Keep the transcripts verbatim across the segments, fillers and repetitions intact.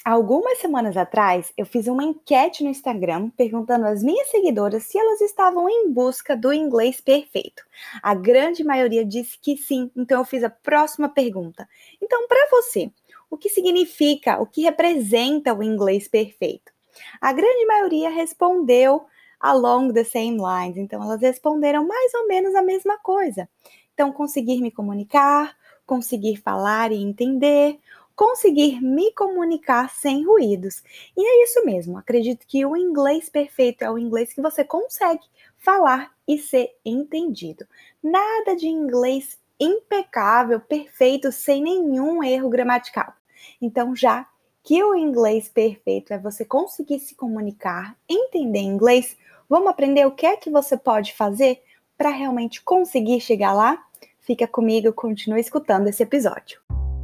Algumas semanas atrás, eu fiz uma enquete no Instagram perguntando às minhas seguidoras se elas estavam em busca do inglês perfeito. A grande maioria disse que sim, então eu fiz a próxima pergunta. Então, para você, o que significa, o que representa o inglês perfeito? A grande maioria respondeu along the same lines, então elas responderam mais ou menos a mesma coisa. Então, conseguir me comunicar, conseguir falar e entender, conseguir me comunicar sem ruídos. E é isso mesmo, acredito que o inglês perfeito é o inglês que você consegue falar e ser entendido. Nada de inglês impecável, perfeito, sem nenhum erro gramatical. Então, já que o inglês perfeito é você conseguir se comunicar, entender inglês, vamos aprender o que é que você pode fazer para realmente conseguir chegar lá? Fica comigo, continue escutando esse episódio.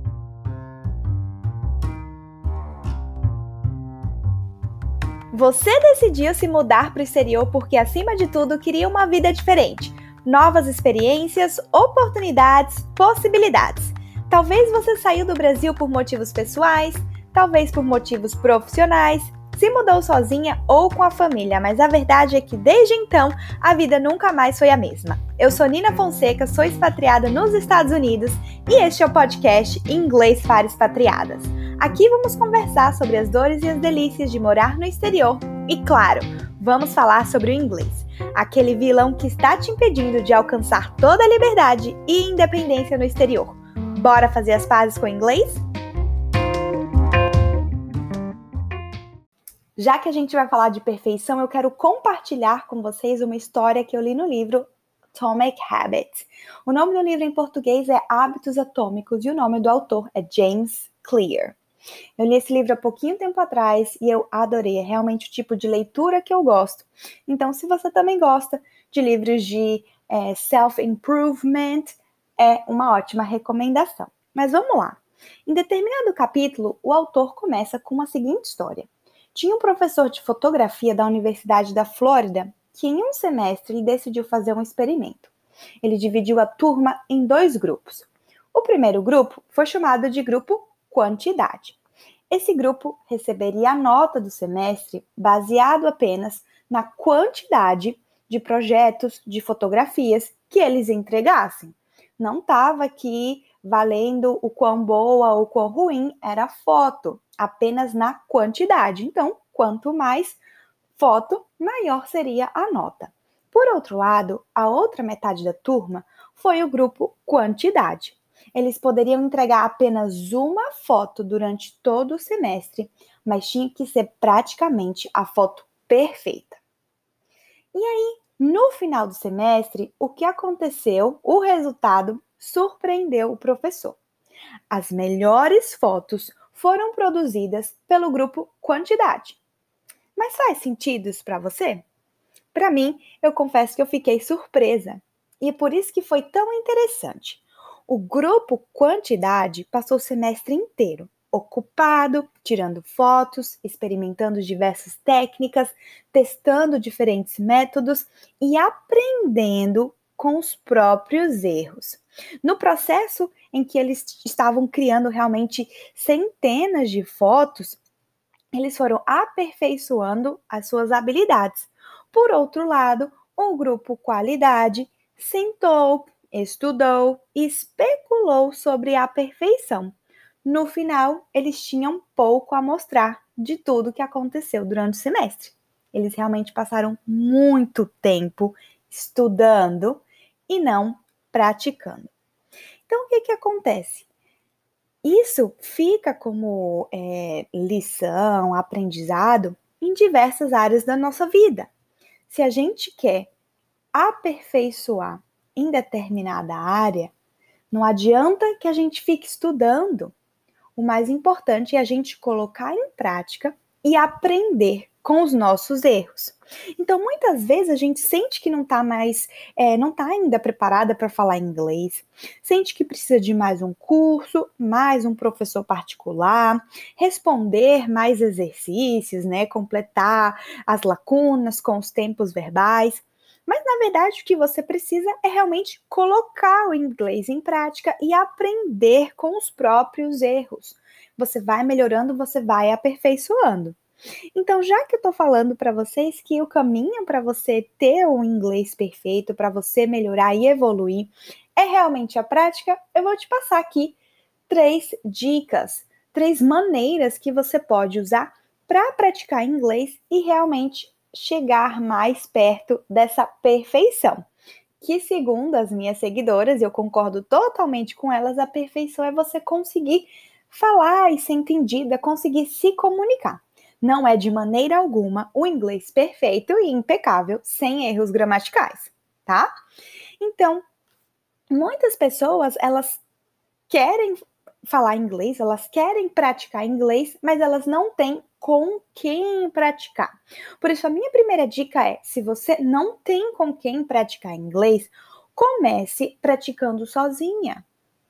Você decidiu se mudar para o exterior porque, acima de tudo, queria uma vida diferente, novas experiências, oportunidades, possibilidades. Talvez você saiu do Brasil por motivos pessoais, talvez por motivos profissionais, se mudou sozinha ou com a família, mas a verdade é que desde então a vida nunca mais foi a mesma. Eu sou Nina Fonseca, sou expatriada nos Estados Unidos e este é o podcast Inglês para Expatriadas. Aqui vamos conversar sobre as dores e as delícias de morar no exterior e, claro, vamos falar sobre o inglês, aquele vilão que está te impedindo de alcançar toda a liberdade e independência no exterior. Bora fazer as pazes com o inglês? Já que a gente vai falar de perfeição, eu quero compartilhar com vocês uma história que eu li no livro Atomic Habits. O nome do livro em português é Hábitos Atômicos e o nome do autor é James Clear. Eu li esse livro há pouquinho tempo atrás e eu adorei, é realmente o tipo de leitura que eu gosto. Então, se você também gosta de livros de é, self-improvement, é uma ótima recomendação. Mas vamos lá. Em determinado capítulo, o autor começa com a seguinte história. Tinha um professor de fotografia da Universidade da Flórida que em um semestre ele decidiu fazer um experimento. Ele dividiu a turma em dois grupos. O primeiro grupo foi chamado de grupo quantidade. Esse grupo receberia a nota do semestre baseado apenas na quantidade de projetos, de fotografias que eles entregassem. Não estava aqui valendo o quão boa ou quão ruim era a foto, apenas na quantidade. Então, quanto mais foto, maior seria a nota. Por outro lado, a outra metade da turma foi o grupo quantidade. Eles poderiam entregar apenas uma foto durante todo o semestre, mas tinha que ser praticamente a foto perfeita. E aí, no final do semestre, o que aconteceu? O resultado surpreendeu o professor. As melhores fotos foram produzidas pelo grupo quantidade. Mas faz sentido isso para você? Para mim, eu confesso que eu fiquei surpresa. E é por isso que foi tão interessante. O grupo quantidade passou o semestre inteiro ocupado, tirando fotos, experimentando diversas técnicas, testando diferentes métodos e aprendendo com os próprios erros. No processo em que eles estavam criando realmente centenas de fotos, eles foram aperfeiçoando as suas habilidades. Por outro lado, o grupo qualidade sentou, estudou e especulou sobre a perfeição. No final, eles tinham pouco a mostrar de tudo que aconteceu durante o semestre. Eles realmente passaram muito tempo estudando e não praticando. Então, o que, que acontece? Isso fica como é, lição, aprendizado em diversas áreas da nossa vida. Se a gente quer aperfeiçoar em determinada área, não adianta que a gente fique estudando. O mais importante é a gente colocar em prática e aprender com os nossos erros. Então, muitas vezes a gente sente que não está mais, é, não está ainda preparada para falar inglês, sente que precisa de mais um curso, mais um professor particular, responder mais exercícios, né, completar as lacunas com os tempos verbais. Mas, na verdade, o que você precisa é realmente colocar o inglês em prática e aprender com os próprios erros. você vai melhorando, você vai aperfeiçoando. Então, já que eu tô falando para vocês que o caminho para você ter um inglês perfeito, para você melhorar e evoluir, é realmente a prática, eu vou te passar aqui três dicas, três maneiras que você pode usar para praticar inglês e realmente chegar mais perto dessa perfeição. Que, segundo as minhas seguidoras, e eu concordo totalmente com elas, a perfeição é você conseguir falar e ser entendida, conseguir se comunicar. Não é de maneira alguma o inglês perfeito e impecável, sem erros gramaticais, tá? Então, muitas pessoas, elas querem falar inglês, elas querem praticar inglês, mas elas não têm com quem praticar. Por isso, a minha primeira dica é, se você não tem com quem praticar inglês, comece praticando sozinha.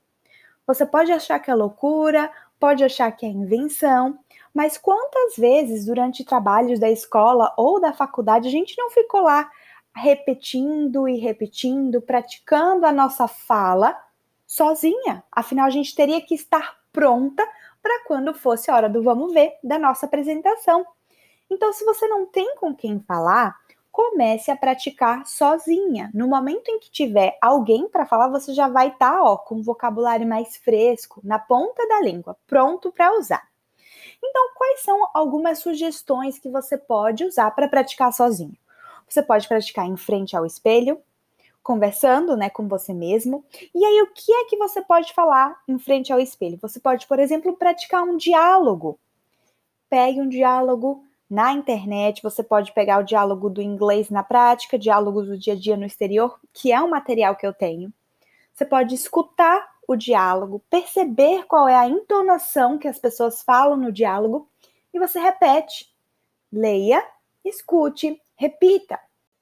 Você pode achar que é loucura, pode achar que é invenção, mas quantas vezes durante trabalhos da escola ou da faculdade a gente não ficou lá repetindo e repetindo, praticando a nossa fala sozinha? Afinal, a gente teria que estar pronta para quando fosse a hora do vamos ver da nossa apresentação. Então, se você não tem com quem falar, comece a praticar sozinha. No momento em que tiver alguém para falar, você já vai estar, tá, ó, com um vocabulário mais fresco, na ponta da língua, pronto para usar. Então, quais são algumas sugestões que você pode usar para praticar sozinho? Você pode praticar em frente ao espelho, conversando, né, com você mesmo. E aí, o que é que você pode falar em frente ao espelho? Você pode, por exemplo, praticar um diálogo. Pegue um diálogo na internet, você pode pegar o diálogo do inglês na prática, diálogos do dia a dia no exterior, que é um material que eu tenho. Você pode escutar o diálogo, perceber qual é a entonação que as pessoas falam no diálogo e você repete. Leia, escute, repita.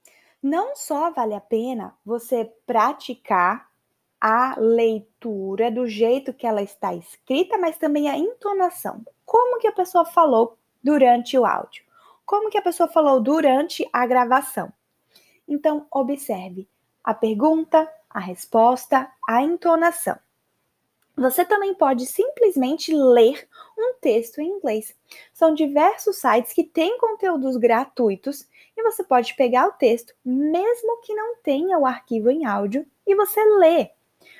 Não só vale a pena você praticar a leitura do jeito que ela está escrita, mas também a entonação. Como que a pessoa falou durante o áudio? Como que a pessoa falou durante a gravação? Então, observe a pergunta, a resposta, a entonação. Você também pode simplesmente ler um texto em inglês. São diversos sites que têm conteúdos gratuitos e você pode pegar o texto, mesmo que não tenha o arquivo em áudio, e você lê.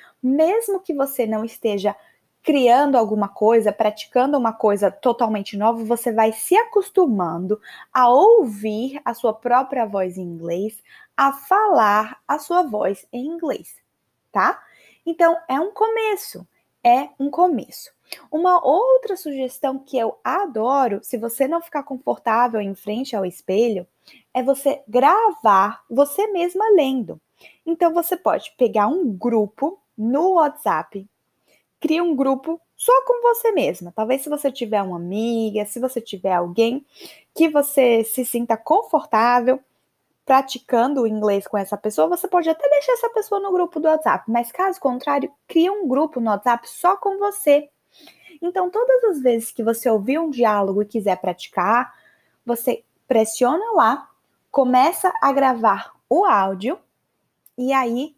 Mesmo que você não esteja criando alguma coisa, praticando uma coisa totalmente nova, você vai se acostumando a ouvir a sua própria voz em inglês, a falar a sua voz em inglês, tá? Então, é um começo, é um começo. Uma outra sugestão que eu adoro, se você não ficar confortável em frente ao espelho, é você gravar você mesma lendo. Então, você pode pegar um grupo no WhatsApp, cria um grupo só com você mesma. Talvez se você tiver uma amiga, se você tiver alguém que você se sinta confortável praticando o inglês com essa pessoa, você pode até deixar essa pessoa no grupo do WhatsApp, mas caso contrário, cria um grupo no WhatsApp só com você. Então, todas as vezes que você ouvir um diálogo e quiser praticar, você pressiona lá, começa a gravar o áudio e aí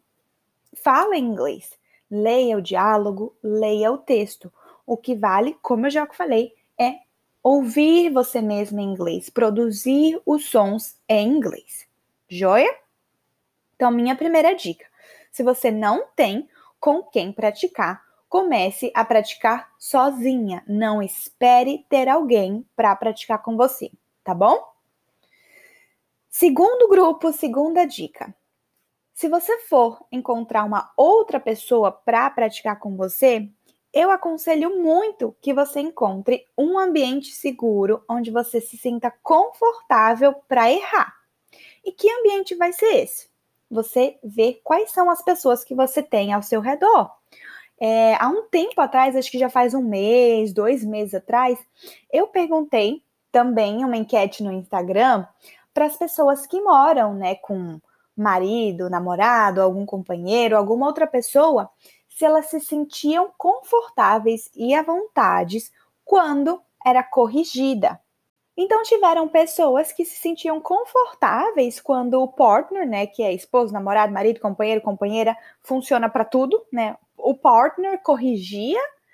fala em inglês. Leia o diálogo, leia o texto. O que vale, como eu já falei, é ouvir você mesmo em inglês, produzir os sons em inglês. Joia? Então, minha primeira dica. Se você não tem com quem praticar, comece a praticar sozinha. Não espere ter alguém para praticar com você, tá bom? Segundo grupo, segunda dica. Se você for encontrar uma outra pessoa para praticar com você, eu aconselho muito que você encontre um ambiente seguro onde você se sinta confortável para errar. E que ambiente vai ser esse? Você vê quais são as pessoas que você tem ao seu redor. É, há um tempo atrás, acho que já faz um mês, dois meses atrás, eu perguntei também uma enquete no Instagram para as pessoas que moram, né, com marido, namorado, algum companheiro, alguma outra pessoa, se elas se sentiam confortáveis e à vontade quando era corrigida. Então, tiveram pessoas que se sentiam confortáveis quando o partner, né, que é esposo, namorado, marido, companheiro, companheira, funciona para tudo, né? O partner corrigia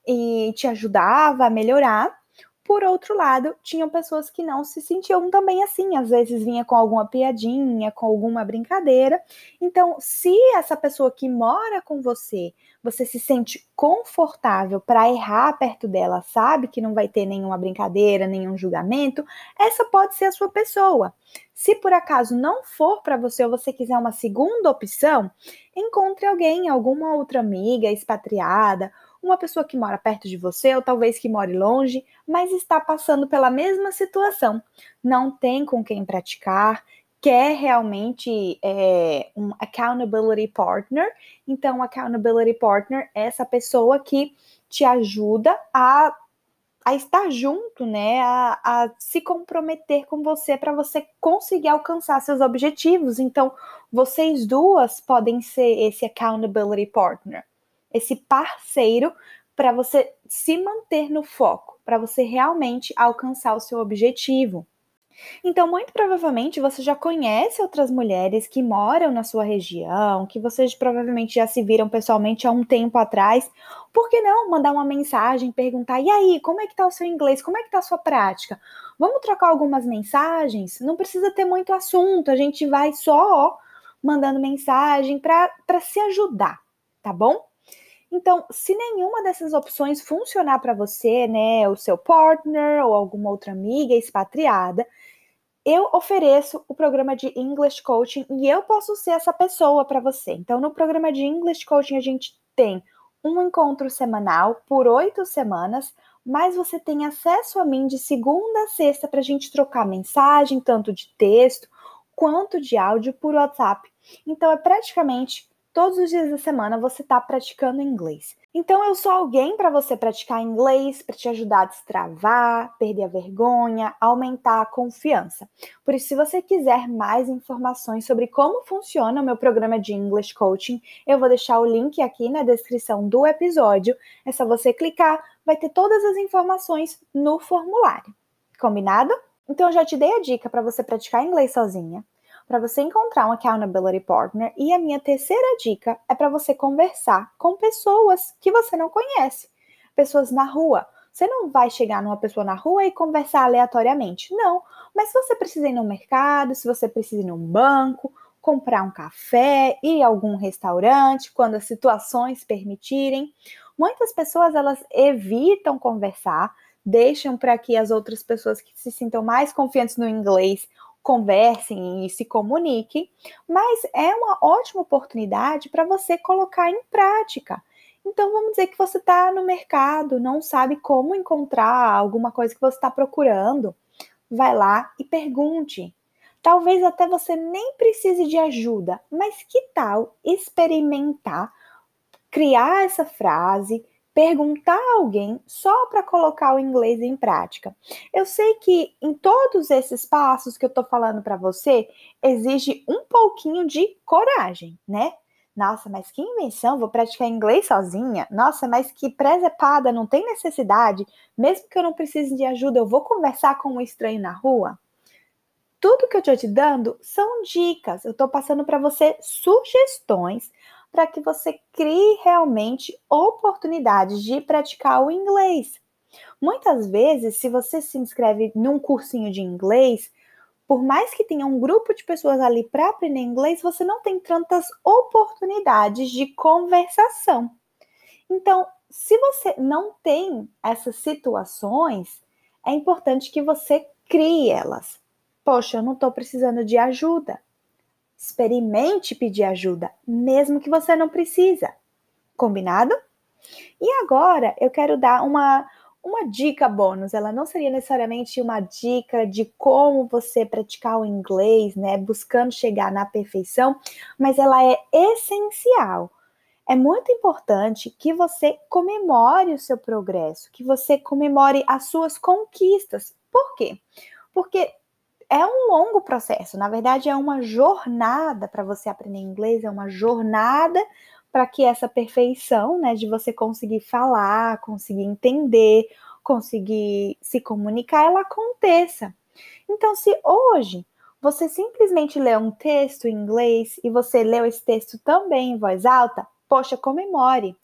e te ajudava a melhorar. Por outro lado, tinham pessoas que não se sentiam também assim, às vezes vinha com alguma piadinha, com alguma brincadeira. Então, se essa pessoa que mora com você, você se sente confortável para errar perto dela, sabe que não vai ter nenhuma brincadeira, nenhum julgamento, essa pode ser a sua pessoa. Se por acaso não for para você ou você quiser uma segunda opção, encontre alguém, alguma outra amiga expatriada, uma pessoa que mora perto de você ou talvez que more longe, mas está passando pela mesma situação. Não tem com quem praticar, quer realmente é, um accountability partner. Então, accountability partner é essa pessoa que te ajuda a, a estar junto, né? A, a se comprometer com você para você conseguir alcançar seus objetivos. Então, vocês duas podem ser esse accountability partner, esse parceiro para você se manter no foco, para você realmente alcançar o seu objetivo. Então, muito provavelmente você já conhece outras mulheres que moram na sua região, que vocês provavelmente já se viram pessoalmente há um tempo atrás. Por que não mandar uma mensagem, perguntar: e aí, como é que tá o seu inglês? Como é que tá a sua prática? Vamos trocar algumas mensagens? Não precisa ter muito assunto, a gente vai só ó, mandando mensagem para se ajudar, tá bom? Então, se nenhuma dessas opções funcionar para você, né, o seu partner ou alguma outra amiga expatriada, eu ofereço o programa de English Coaching e eu posso ser essa pessoa para você. Então, no programa de English Coaching, a gente tem um encontro semanal por oito semanas, mas você tem acesso a mim de segunda a sexta para a gente trocar mensagem, tanto de texto quanto de áudio por WhatsApp. Então, é praticamente todos os dias da semana você está praticando inglês. Então, eu sou alguém para você praticar inglês, para te ajudar a destravar, perder a vergonha, aumentar a confiança. Por isso, se você quiser mais informações sobre como funciona o meu programa de English Coaching, eu vou deixar o link aqui na descrição do episódio. É só você clicar, vai ter todas as informações no formulário. Combinado? Então, eu já te dei a dica para você praticar inglês sozinha, para você encontrar um accountability partner, e a minha terceira dica é para você conversar com pessoas que você não conhece, pessoas na rua. Você não vai chegar numa pessoa na rua e conversar aleatoriamente, não. Mas se você precisa ir no mercado, se você precisa ir num banco, comprar um café, ir a algum restaurante, quando as situações permitirem, muitas pessoas elas evitam conversar, deixam para que as outras pessoas que se sintam mais confiantes no inglês conversem e se comuniquem, mas é uma ótima oportunidade para você colocar em prática. Então, vamos dizer que você está no mercado, não sabe como encontrar alguma coisa que você está procurando. Vai lá e pergunte. Talvez até você nem precise de ajuda, mas que tal experimentar, criar essa frase, perguntar a alguém só para colocar o inglês em prática. Eu sei que em todos esses passos que eu estou falando para você, exige um pouquinho de coragem, né? Nossa, mas que invenção, vou praticar inglês sozinha? Nossa, mas que presepada, não tem necessidade? Mesmo que eu não precise de ajuda, eu vou conversar com um estranho na rua? Tudo que eu estou te dando são dicas, eu estou passando para você sugestões para que você crie realmente oportunidades de praticar o inglês. Muitas vezes, se você se inscreve num cursinho de inglês, por mais que tenha um grupo de pessoas ali para aprender inglês, você não tem tantas oportunidades de conversação. Então, se você não tem essas situações, é importante que você crie elas. Poxa, eu não estou precisando de ajuda. Experimente pedir ajuda, mesmo que você não precisa. Combinado? E agora eu quero dar uma, uma dica bônus. Ela não seria necessariamente uma dica de como você praticar o inglês, né? Buscando chegar na perfeição, mas ela é essencial. É muito importante que você comemore o seu progresso, que você comemore as suas conquistas. Por quê? Porque é um longo processo, na verdade é uma jornada para você aprender inglês, é uma jornada para que essa perfeição, né, de você conseguir falar, conseguir entender, conseguir se comunicar, ela aconteça. Então, se hoje você simplesmente lê um texto em inglês e você leu esse texto também em voz alta, poxa, comemore.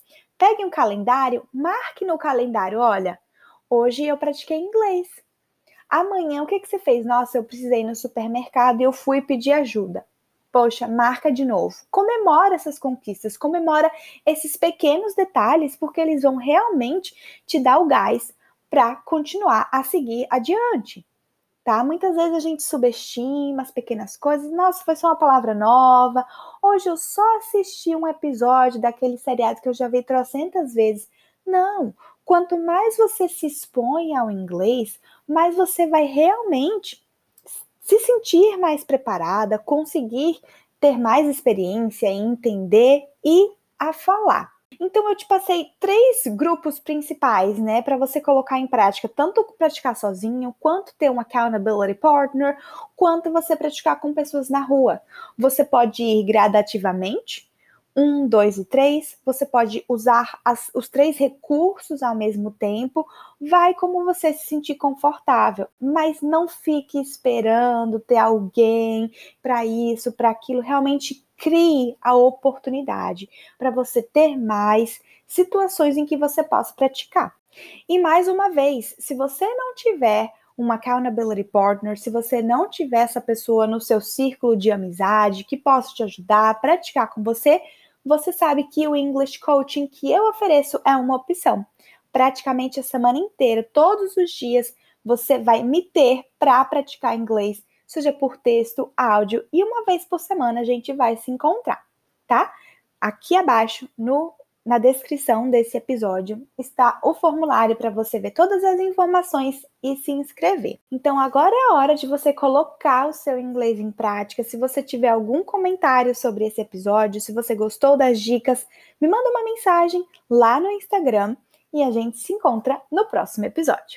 Pegue um calendário, marque no calendário, olha, hoje eu pratiquei inglês. Amanhã, o que, que você fez? Nossa, eu precisei ir no supermercado e eu fui pedir ajuda. Poxa, marca de novo. Comemora essas conquistas, comemora esses pequenos detalhes, porque eles vão realmente te dar o gás para continuar a seguir adiante, tá? Muitas vezes a gente subestima as pequenas coisas. Nossa, foi só uma palavra nova. Hoje eu só assisti um episódio daquele seriado que eu já vi trocentas vezes. Não, quanto mais você se expõe ao inglês, mais você vai realmente se sentir mais preparada, conseguir ter mais experiência em entender e a falar. Então eu te passei três grupos principais, né, para você colocar em prática, tanto praticar sozinho, quanto ter um accountability partner, quanto você praticar com pessoas na rua. Você pode ir gradativamente, um, dois e três, você pode usar as, os três recursos ao mesmo tempo, vai como você se sentir confortável, mas não fique esperando ter alguém para isso, para aquilo, realmente crie a oportunidade para você ter mais situações em que você possa praticar. E mais uma vez, se você não tiver uma accountability partner, se você não tiver essa pessoa no seu círculo de amizade que possa te ajudar a praticar com você, você sabe que o English Coaching que eu ofereço é uma opção. Praticamente a semana inteira, todos os dias, você vai me ter para praticar inglês, seja por texto, áudio, e uma vez por semana a gente vai se encontrar, tá? Aqui abaixo, no, na descrição desse episódio, está o formulário para você ver todas as informações e se inscrever. Então agora é a hora de você colocar o seu inglês em prática. Se você tiver algum comentário sobre esse episódio, se você gostou das dicas, me manda uma mensagem lá no Instagram e a gente se encontra no próximo episódio.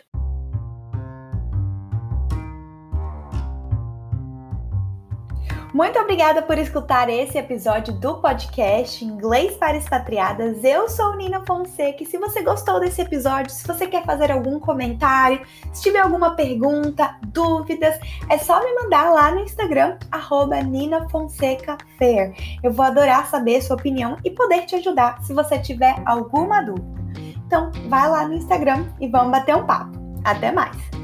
Muito obrigada por escutar esse episódio do podcast Inglês para Expatriadas. Eu sou Nina Fonseca e se você gostou desse episódio, se você quer fazer algum comentário, se tiver alguma pergunta, dúvidas, é só me mandar lá no Instagram, arroba Nina Fonseca Fair. Eu vou adorar saber sua opinião e poder te ajudar se você tiver alguma dúvida. Então, vai lá no Instagram e vamos bater um papo. Até mais!